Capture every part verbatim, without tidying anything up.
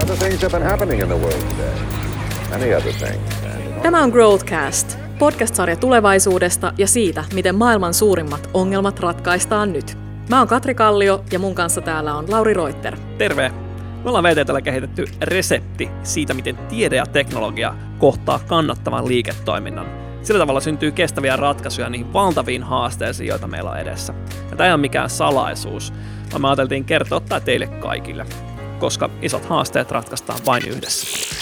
Other things have been happening in the world today. Many other things. Tämä on Growthcast, podcast-sarja tulevaisuudesta ja siitä, miten maailman suurimmat ongelmat ratkaistaan nyt. Mä oon Katri Kallio ja mun kanssa täällä on Lauri Reuter. Terve! Me ollaan V T T:llä kehitetty resepti siitä, miten tiede ja teknologia kohtaa kannattavan liiketoiminnan. Sillä tavalla syntyy kestäviä ratkaisuja niihin valtaviin haasteisiin, joita meillä on edessä. Ja tämä ei ole mikään salaisuus, vaan me ajateltiin kertoa tämä teille kaikille, koska isot haasteet ratkaistaan vain yhdessä.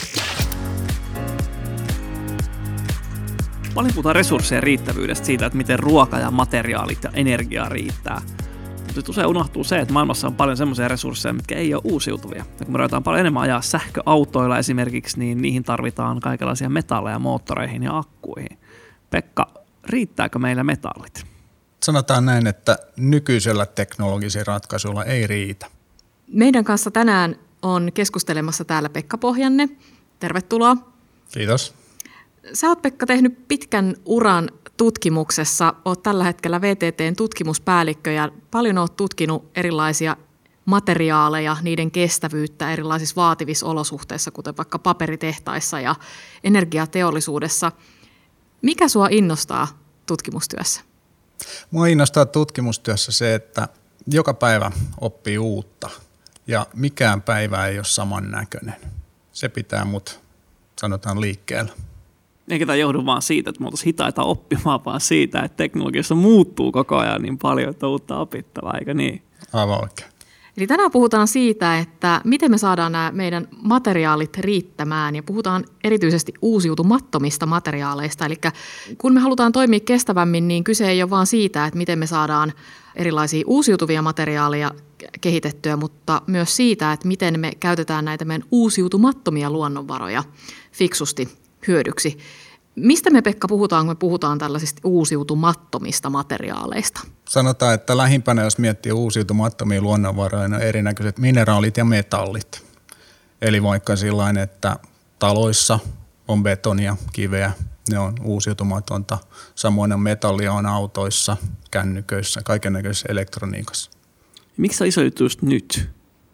Paljon puhutaan resurssien riittävyydestä, siitä, että miten ruoka ja materiaalit ja energia riittää. Mutta usein unohtuu se, että maailmassa on paljon semmoisia resursseja, mitkä ei ole uusiutuvia. Ja kun me ruvetaan paljon enemmän ajaa sähköautoilla esimerkiksi, niin niihin tarvitaan kaikenlaisia metalleja moottoreihin ja akkuihin. Pekka, riittääkö meillä metallit? Sanotaan näin, että nykyisellä teknologisilla ratkaisuilla ei riitä. Meidän kanssa tänään on keskustelemassa täällä Pekka Pohjanne. Tervetuloa. Kiitos. Sä oot, Pekka, tehnyt pitkän uran tutkimuksessa. Oot tällä hetkellä V T T:n tutkimuspäällikkö ja paljon oot tutkinut erilaisia materiaaleja, niiden kestävyyttä erilaisissa vaativissa olosuhteissa, kuten vaikka paperitehtaissa ja energiateollisuudessa. Mikä sua innostaa tutkimustyössä? Mua innostaa tutkimustyössä se, että joka päivä oppii uutta ja mikään päivä ei ole samannäköinen. Se pitää mut, sanotaan, liikkeellä. Eikä tämä johdu vaan siitä, että me oltaisiin hitaita oppimaan, vaan siitä, että teknologiassa muuttuu koko ajan niin paljon, että uutta opittavaa, eikö niin? Aivan oikein. Eli tänään puhutaan siitä, että miten me saadaan nämä meidän materiaalit riittämään ja puhutaan erityisesti uusiutumattomista materiaaleista. Eli kun me halutaan toimia kestävämmin, niin kyse ei ole vaan siitä, että miten me saadaan erilaisia uusiutuvia materiaaleja kehitettyä, mutta myös siitä, että miten me käytetään näitä meidän uusiutumattomia luonnonvaroja fiksusti hyödyksi. Mistä me, Pekka, puhutaan, kun me puhutaan tällaisista uusiutumattomista materiaaleista? Sanotaan, että lähimpänä, jos miettii uusiutumattomia luonnonvaroja, ne on erinäköiset mineraalit ja metallit. Eli vaikka sillain, että taloissa on betonia, kiveä, ne on uusiutumatonta. Samoin metallia on autoissa, kännyköissä, kaikennäköisessä elektroniikassa. Miksi on iso juttu just nyt?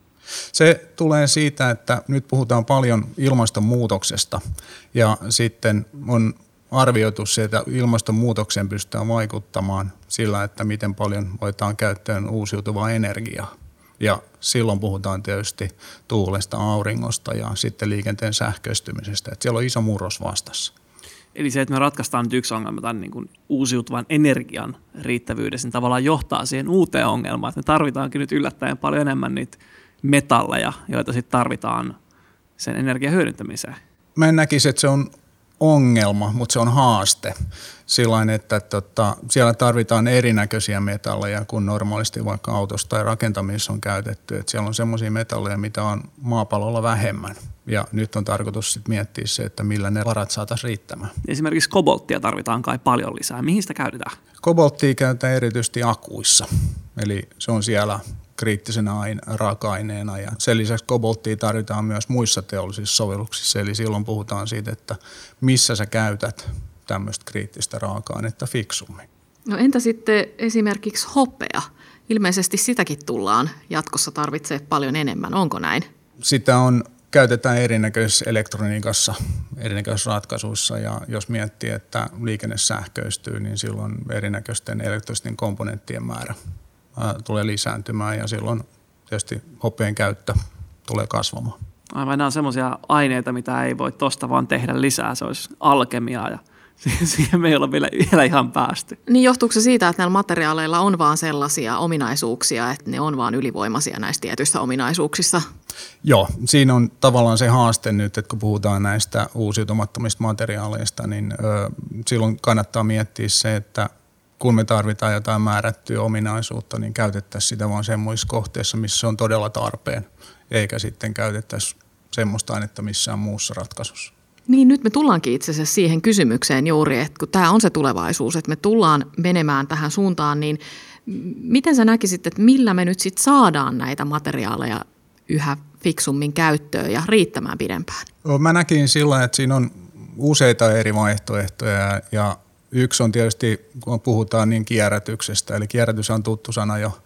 Se tulee siitä, että nyt puhutaan paljon ilmastonmuutoksesta ja sitten on arvioitu se, että ilmastonmuutokseen pystytään vaikuttamaan sillä, että miten paljon voidaan käyttöön uusiutuvaa energiaa. Ja silloin puhutaan tietysti tuulesta, auringosta ja sitten liikenteen sähköistymisestä. Että siellä on iso murros vastassa. Eli se, että me ratkaistaan nyt yksi ongelma tämän niin kuin uusiutuvan energian riittävyydessä, niin tavallaan johtaa siihen uuteen ongelmaan. Että me tarvitaankin nyt yllättäen paljon enemmän niitä metalleja, joita sitten tarvitaan sen energian hyödyntämiseen. Mä en näkisi, että se on ongelma, mutta se on haaste. Sillain, että tota, siellä tarvitaan erinäköisiä metalleja kuin normaalisti vaikka autossa tai rakentamisessa on käytetty. Et siellä on semmoisia metalleja, mitä on maapallolla vähemmän. Ja nyt on tarkoitus sit miettiä se, että millä ne varat saataisiin riittämään. Esimerkiksi kobolttia tarvitaan kai paljon lisää. Mihin sitä käytetään? Kobolttia käytetään erityisesti akuissa. Eli se on siellä kriittisenä raaka-aineena ja sen lisäksi kobolttia tarvitaan myös muissa teollisissa sovelluksissa. Eli silloin puhutaan siitä, että missä sä käytät tämmöistä kriittistä raaka-ainetta fiksummin. No entä sitten esimerkiksi hopea? Ilmeisesti sitäkin tullaan jatkossa tarvitsee paljon enemmän. Onko näin? Sitä on, käytetään erinäköisessä elektroniikassa, erinäköisissä ratkaisuissa ja jos miettii, että liikenne sähköistyy, niin silloin erinäköisten elektronisten komponenttien määrä tulee lisääntymään ja silloin tietysti hopeen käyttö tulee kasvamaan. Aivan, nämä on semmoisia aineita, mitä ei voi tuosta vaan tehdä lisää. Se olisi alkemiaa ja siihen me ei olla vielä, vielä ihan päästy. Niin johtuuko se siitä, että näillä materiaaleilla on vaan sellaisia ominaisuuksia, että ne on vaan ylivoimaisia näistä tietyistä ominaisuuksista? Joo, siinä on tavallaan se haaste nyt, että kun puhutaan näistä uusiutumattomista materiaaleista, niin ö, silloin kannattaa miettiä se, että kun me tarvitaan jotain määrättyä ominaisuutta, niin käytettäisiin sitä vaan semmoisissa kohteissa, missä se on todella tarpeen, eikä sitten käytettäisi semmoista ainetta missään muussa ratkaisussa. Niin, nyt me tullaankin itse asiassa siihen kysymykseen juuri, että kun tämä on se tulevaisuus, että me tullaan menemään tähän suuntaan, niin miten sä näkisit, että millä me nyt sitten saadaan näitä materiaaleja yhä fiksummin käyttöön ja riittämään pidempään? Mä näkin sillä, että siinä on useita eri vaihtoehtoja ja yksi on tietysti, kun puhutaan niin kierrätyksestä, eli kierrätys on tuttu sana jo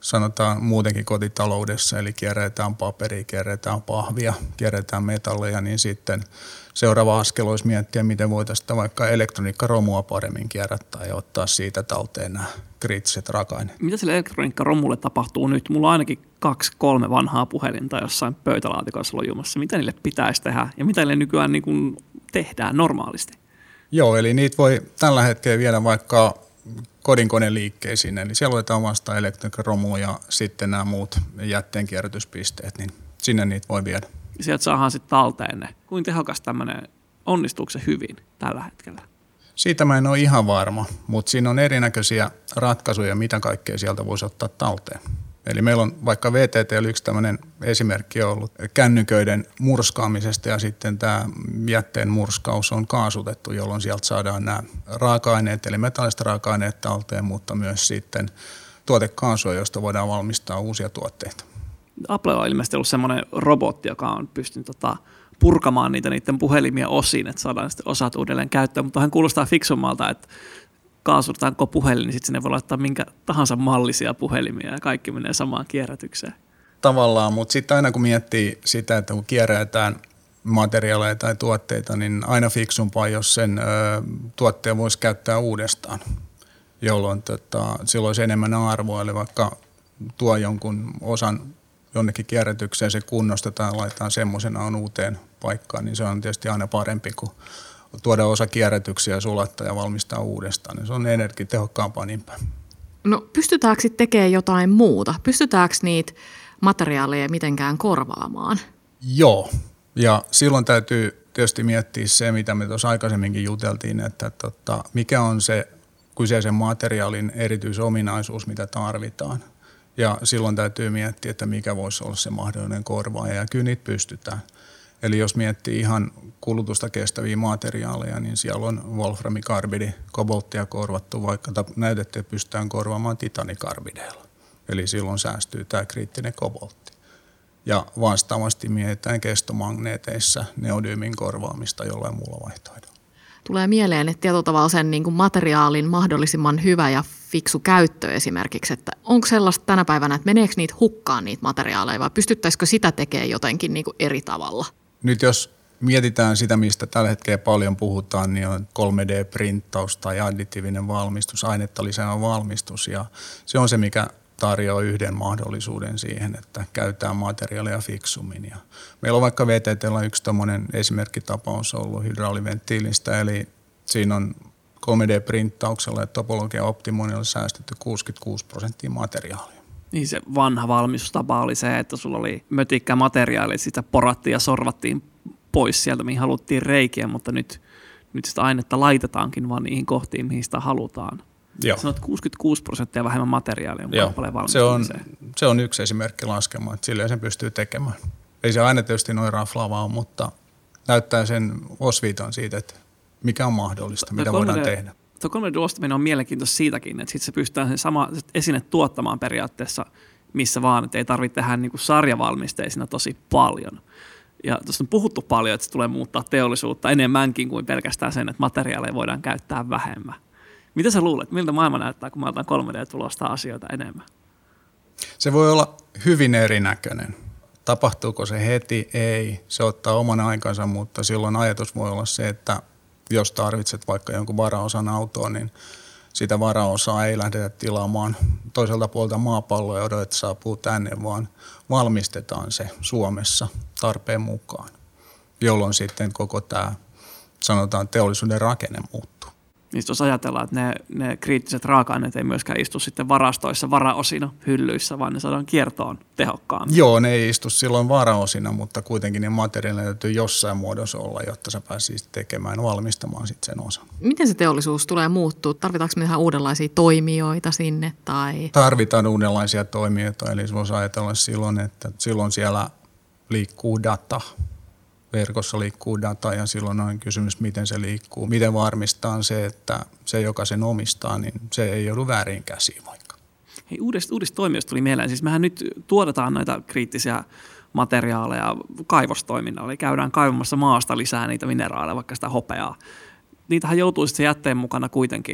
sanotaan muutenkin kotitaloudessa, eli kierretään paperia, kierretään pahvia, kierretään metalleja, niin sitten seuraava askel olisi miettiä, miten voitaisiin vaikka elektroniikkaromua paremmin kierrättää ja ottaa siitä talteen nämä kriittiset raaka-aineet. Mitä sille elektroniikkaromulle tapahtuu nyt? Mulla on ainakin kaksi, kolme vanhaa puhelinta jossain pöytälaatikossa lojumassa. Mitä niille pitäisi tehdä ja mitä niille nykyään niin kuin tehdään normaalisti? Joo, eli niitä voi tällä hetkellä viedä vaikka kodinkoneliikkeisiin, eli siellä otetaan vasta elektroniikkaromua ja sitten nämä muut jätteenkierrätyspisteet, niin sinne niitä voi viedä. Ja sieltä saadaan sitten talteen ne. Kuinka tehokas tämmöinen, onnistuuko se hyvin tällä hetkellä? Siitä mä en ole ihan varma, mutta siinä on erinäköisiä ratkaisuja, mitä kaikkea sieltä voisi ottaa talteen. Eli meillä on vaikka V T T:llä yksi tämmöinen esimerkki ollut kännyköiden murskaamisesta ja sitten tämä jätteen murskaus on kaasutettu, jolloin sieltä saadaan nämä raaka-aineet eli metalliset raaka-aineet talteen, mutta myös sitten tuotekaasua, josta voidaan valmistaa uusia tuotteita. Apple on ilmeisesti ollut semmoinen robotti, joka on pystynyt tota, purkamaan niitä niiden puhelimia osiin, että saadaan sitten osat uudelleen käyttöön, mutta hän kuulostaa fiksummalta, että kaasutetaanko puhelin, niin sitten sinne voi laittaa minkä tahansa mallisia puhelimia ja kaikki menee samaan kierrätykseen. Tavallaan, mutta sitten aina kun miettii sitä, että kun kierrätään materiaaleja tai tuotteita, niin aina fiksumpaa, jos sen ö, tuotteen voisi käyttää uudestaan, jolloin tota, silloin olisi enemmän arvoa, eli vaikka tuo jonkun osan jonnekin kierrätykseen, se kunnostetaan ja laitetaan semmoisenaan uuteen paikkaan, niin se on tietysti aina parempi kuin tuoda osa kierrätyksiä, sulattaa ja valmistaa uudestaan. Niin se on energiatehokkaampaa niin päin. No pystytäänkö sitten tekemään jotain muuta? Pystytäänkö niitä materiaaleja mitenkään korvaamaan? Joo, ja silloin täytyy tietysti miettiä se, mitä me tuossa aikaisemminkin juteltiin, että tota, mikä on se kyseisen materiaalin erityisominaisuus, mitä tarvitaan. Ja silloin täytyy miettiä, että mikä voisi olla se mahdollinen korvaaja, ja kyllä niitä pystytään. Eli jos miettii ihan kulutusta kestäviä materiaaleja, niin siellä on wolframikarbidi, kobolttia korvattu, vaikka näytetty, että pystytään korvaamaan titanikarbideilla. Eli silloin säästyy tämä kriittinen koboltti. Ja vastaavasti mietitään kestomagneeteissa neodyymin korvaamista jollain muulla vaihtoehdolla. Tulee mieleen, että tietyllä tavalla sen niin kuin materiaalin mahdollisimman hyvä ja fiksu käyttö esimerkiksi, että onko sellaista tänä päivänä, että meneekö niitä hukkaan niitä materiaaleja vai pystyttäisikö sitä tekemään jotenkin niin kuin eri tavalla? Nyt jos mietitään sitä, mistä tällä hetkellä paljon puhutaan, niin on kolme D-printtaus tai additiivinen valmistus, ainetta lisäävä valmistus ja se on se, mikä tarjoaa yhden mahdollisuuden siihen, että käytetään materiaalia fiksummin. Ja meillä on vaikka V T T:llä yksi tämmöinen esimerkkitapaus ollut hydrauliventtiilistä, eli siinä on kolme D-printtauksella ja topologian optimoinnilla säästetty kuusikymmentäkuusi prosenttia materiaalia. Niin se vanha valmistustapa oli se, että sulla oli mötikkä materiaali, sitä porattiin ja sorvattiin pois sieltä, mihin haluttiin reikiä, mutta nyt, nyt sitä ainetta laitetaankin vaan niihin kohtiin, mihin sitä halutaan. Joo. Sanoit kuusikymmentäkuusi prosenttia vähemmän materiaalia, Joo. Se on, se on yksi esimerkki laskemaan, että silleen sen pystyy tekemään. Ei se aina tietysti noin raflaavaa ole, mutta näyttää sen osviitan siitä, että mikä on mahdollista, mitä voidaan tehdä. Tuo kolme D-ostaminen on mielenkiintoista siitäkin, että sitten se pystytään sen sama esine tuottamaan periaatteessa missä vaan, että ei tarvitse tehdä niin kuin sarjavalmisteisina tosi paljon. Ja tuosta on puhuttu paljon, että se tulee muuttaa teollisuutta enemmänkin kuin pelkästään sen, että materiaaleja voidaan käyttää vähemmän. Mitä sä luulet, miltä maailma näyttää, kun me aletaan kolme D-tulostaa asioita enemmän? Se voi olla hyvin erinäköinen. Tapahtuuko se heti? Ei. Se ottaa oman aikansa, mutta silloin ajatus voi olla se, että jos tarvitset vaikka jonkun varaosan autoon, niin sitä varaosaa ei lähdetä tilaamaan toiselta puolta maapalloa ja odotetaan, että saapuu tänne, vaan valmistetaan se Suomessa tarpeen mukaan, jolloin sitten koko tämä, sanotaan, teollisuuden rakenne muuttuu. Niin jos ajatellaan, että ne, ne kriittiset raaka-aineet ei myöskään istu sitten varastoissa, varaosina, hyllyissä, vaan ne saadaan kiertoon tehokkaammin. Joo, ne ei istu silloin varaosina, mutta kuitenkin ne materiaalit täytyy jossain muodossa olla, jotta sä pääsisit tekemään, valmistamaan sitten sen osan. Miten se teollisuus tulee muuttua? Tarvitaanko me ihan uudenlaisia toimijoita sinne? Tai? Tarvitaan uudenlaisia toimijoita, eli voisi ajatella silloin, että silloin siellä liikkuu data. Verkossa liikkuu data ja silloin on kysymys, miten se liikkuu. Miten varmistaa se, että se, joka sen omistaa, niin se ei joudu väärin käsiin vaikka. Hei, uudesta, uudesta toimijoista tuli mieleen. Siis mehän nyt tuotetaan näitä kriittisiä materiaaleja kaivostoiminnalla. Eli käydään kaivamassa maasta lisää niitä mineraaleja, vaikka sitä hopeaa. Niitähän joutuu sitten jätteen mukana kuitenkin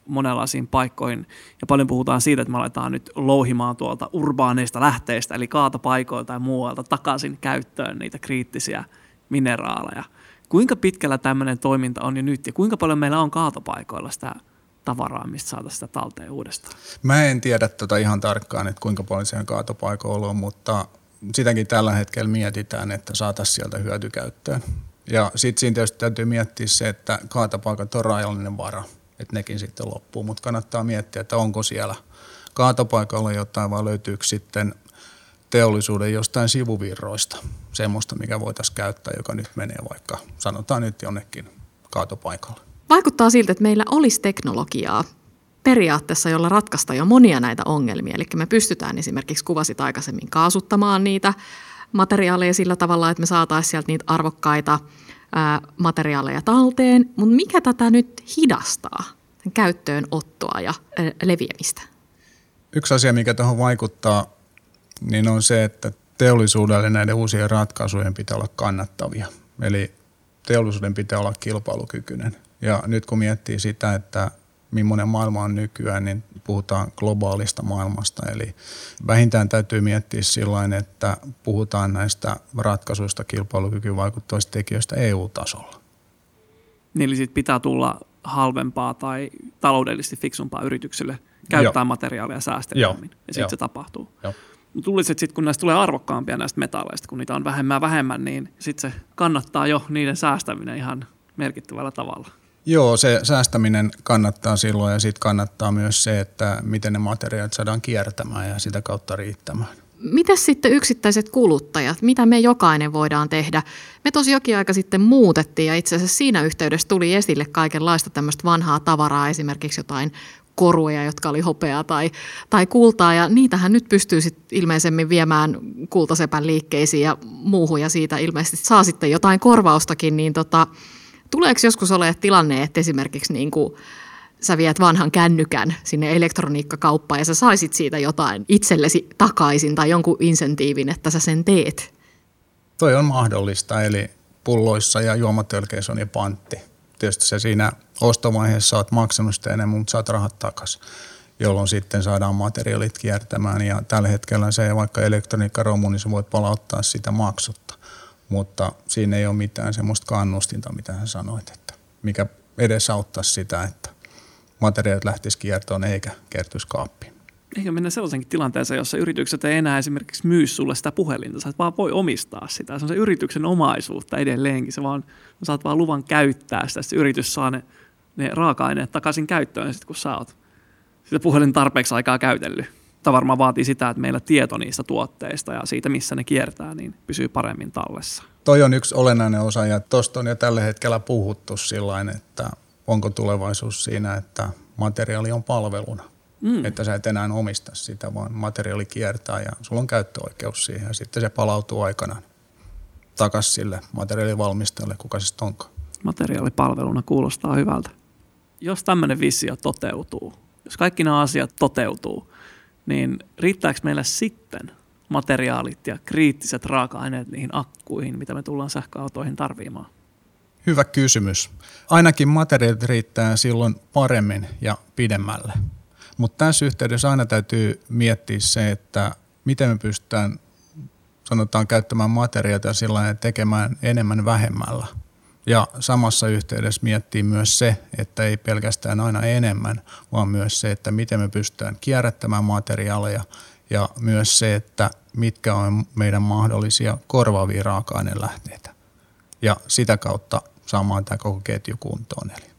monenlaisiin paikkoihin. Ja paljon puhutaan siitä, että me aletaan nyt louhimaan tuolta urbaaneista lähteistä, eli kaatopaikoilta ja muualta takaisin käyttöön niitä kriittisiä mineraaleja. Kuinka pitkällä tämmöinen toiminta on jo nyt ja kuinka paljon meillä on kaatopaikoilla sitä tavaraa, mistä saataisiin sitä talteen uudestaan? Mä en tiedä tota ihan tarkkaan, että kuinka paljon siellä kaatopaikoilla on, mutta sitäkin tällä hetkellä mietitään, että saataisiin sieltä hyötykäyttöön. Ja sitten siinä tietysti täytyy miettiä se, että kaatopaikat on rajallinen vara, että nekin sitten loppuu, mutta kannattaa miettiä, että onko siellä kaatopaikalla jotain vai löytyykö sitten teollisuuden jostain sivuvirroista semmoista, mikä voitaisiin käyttää, joka nyt menee vaikka, sanotaan nyt jonnekin kaatopaikalle. Vaikuttaa siltä, että meillä olisi teknologiaa periaatteessa, jolla ratkaista jo monia näitä ongelmia. Eli me pystytään esimerkiksi, kuvasit aikaisemmin, kaasuttamaan niitä materiaaleja sillä tavalla, että me saataisiin sieltä niitä arvokkaita ää, materiaaleja talteen. Mutta mikä tätä nyt hidastaa, sen käyttöönottoa ja ää, leviämistä? Yksi asia, mikä tuohon vaikuttaa, niin on se, että teollisuudelle näiden uusien ratkaisujen pitää olla kannattavia. Eli teollisuuden pitää olla kilpailukykyinen. Ja nyt kun miettii sitä, että millainen maailma on nykyään, niin puhutaan globaalista maailmasta. Eli vähintään täytyy miettiä sillain, että puhutaan näistä ratkaisuista kilpailukykyyn vaikuttavista tekijöistä E U-tasolla. Niin, eli siitä pitää tulla halvempaa tai taloudellisesti fiksumpaa yrityksille käyttää Joo. materiaalia säästeliämmin. Ja sitten se tapahtuu. Joo. Luulisin, että sitten kun näistä tulee arvokkaampia näistä metalleista, kun niitä on vähemmän ja vähemmän, niin sitten se kannattaa jo niiden säästäminen ihan merkittävällä tavalla. Joo, se säästäminen kannattaa silloin ja sitten kannattaa myös se, että miten ne materiaalit saadaan kiertämään ja sitä kautta riittämään. Mitäs sitten yksittäiset kuluttajat? Mitä me jokainen voidaan tehdä? Me tosi jokin aika sitten muutettiin ja itse asiassa siinä yhteydessä tuli esille kaikenlaista tämmöistä vanhaa tavaraa, esimerkiksi jotain koruja, jotka oli hopeaa tai, tai kultaa, ja niitähän nyt pystyy sit ilmeisemmin viemään kultasepän liikkeisiin ja muuhun, ja siitä ilmeisesti saa sitten jotain korvaustakin, niin tota, tuleeko joskus olemaan tilanne, että esimerkiksi niin kuin sä viet vanhan kännykän sinne elektroniikkakauppaan ja sä saisit siitä jotain itsellesi takaisin tai jonkun insentiivin, että sä sen teet? Toi on mahdollista, eli pulloissa ja juomatölkeissä on jo pantti. Tietysti se siinä ostovaiheessa olet maksanut sitä enemmän, mutta saat rahat takaisin, jolloin sitten saadaan materiaalit kiertämään. Ja tällä hetkellä se vaikka elektroniikkaromu, niin sä voit palauttaa sitä maksutta. Mutta siinä ei ole mitään semmoista kannustinta, mitä sä sanoit, että mikä edesauttaisi sitä, että materiaalit lähtisi kiertoon eikä kertyisi kaappiin. Eikä mennä sellaisenkin tilanteeseen, jossa yritykset ei enää esimerkiksi myy sulle sitä puhelinta. Sä et vaan voi omistaa sitä. Se on se yrityksen omaisuutta edelleenkin. Sä vaan, saat vaan luvan käyttää sitä. Sitten yritys saa ne, ne raaka-aineet takaisin käyttöön, sit kun sä oot sitä puhelin tarpeeksi aikaa käytellyt. Tämä varmaan vaatii sitä, että meillä tieto niistä tuotteista ja siitä, missä ne kiertää, niin pysyy paremmin tallessa. Toi on yksi olennainen osa ja tuosta on jo tällä hetkellä puhuttu sillain, että onko tulevaisuus siinä, että materiaali on palveluna. Mm. Että sä et enää omista sitä, vaan materiaali kiertää ja sulla on käyttöoikeus siihen ja sitten se palautuu aikanaan takaisin sille materiaalivalmistajalle, kuka se sitten onkaan. Materiaalipalveluna kuulostaa hyvältä. Jos tämmöinen visio toteutuu, jos kaikki nämä asiat toteutuu, niin riittääkö meillä sitten materiaalit ja kriittiset raaka-aineet niihin akkuihin, mitä me tullaan sähköautoihin tarvimaan? Hyvä kysymys. Ainakin materiaalit riittää silloin paremmin ja pidemmälle. Mutta tässä yhteydessä aina täytyy miettiä se, että miten me pystytään sanotaan käyttämään materiaalia sillä tavalla tekemään enemmän vähemmällä. Ja samassa yhteydessä miettii myös se, että ei pelkästään aina enemmän, vaan myös se, että miten me pystytään kierrättämään materiaaleja ja myös se, että mitkä on meidän mahdollisia korvaavia raaka-ainelähteitä. Ja sitä kautta saamaan tämä koko ketju kuntoon. Eli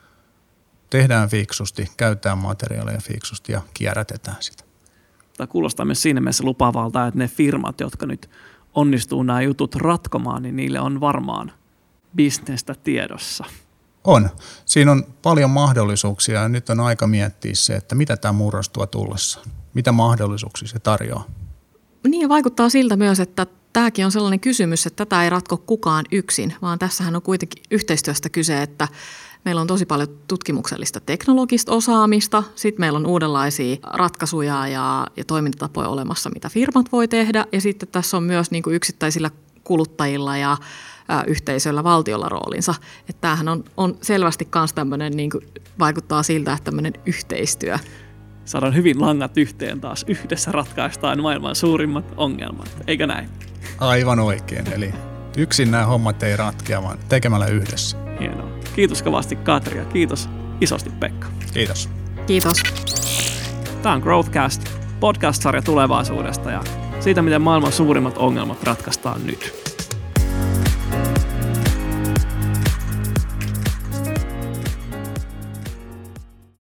tehdään fiksusti, käytetään materiaaleja fiksusti ja kierrätetään sitä. Tämä kuulostaa myös siinä mielessä lupaavalta, että ne firmat, jotka nyt onnistuu nämä jutut ratkomaan, niin niille on varmaan bisnestä tiedossa. On. Siinä on paljon mahdollisuuksia ja nyt on aika miettiä se, että mitä tämä murros tuo tullessaan. Mitä mahdollisuuksia se tarjoaa. Niin ja vaikuttaa siltä myös, että tämäkin on sellainen kysymys, että tätä ei ratko kukaan yksin, vaan tässähän on kuitenkin yhteistyöstä kyse, että meillä on tosi paljon tutkimuksellista teknologista osaamista, sitten meillä on uudenlaisia ratkaisuja ja, ja toimintatapoja olemassa, mitä firmat voi tehdä, ja sitten tässä on myös niin kuin yksittäisillä kuluttajilla ja ää, yhteisöllä, valtiolla roolinsa. Että tämähän on, on selvästi myös tämmöinen, niin kuin vaikuttaa siltä, että tämmöinen yhteistyö. Saadaan hyvin langat yhteen taas. Yhdessä ratkaistaan maailman suurimmat ongelmat, eikö näin? Aivan oikein, eli yksin nämä hommat ei ratkea, vaan tekemällä yhdessä. Hienoa. Kiitos kovasti Katri ja kiitos isosti Pekka. Kiitos. Kiitos. Tämä on Growthcast, podcast-sarja tulevaisuudesta ja siitä, miten maailman suurimmat ongelmat ratkaistaan nyt.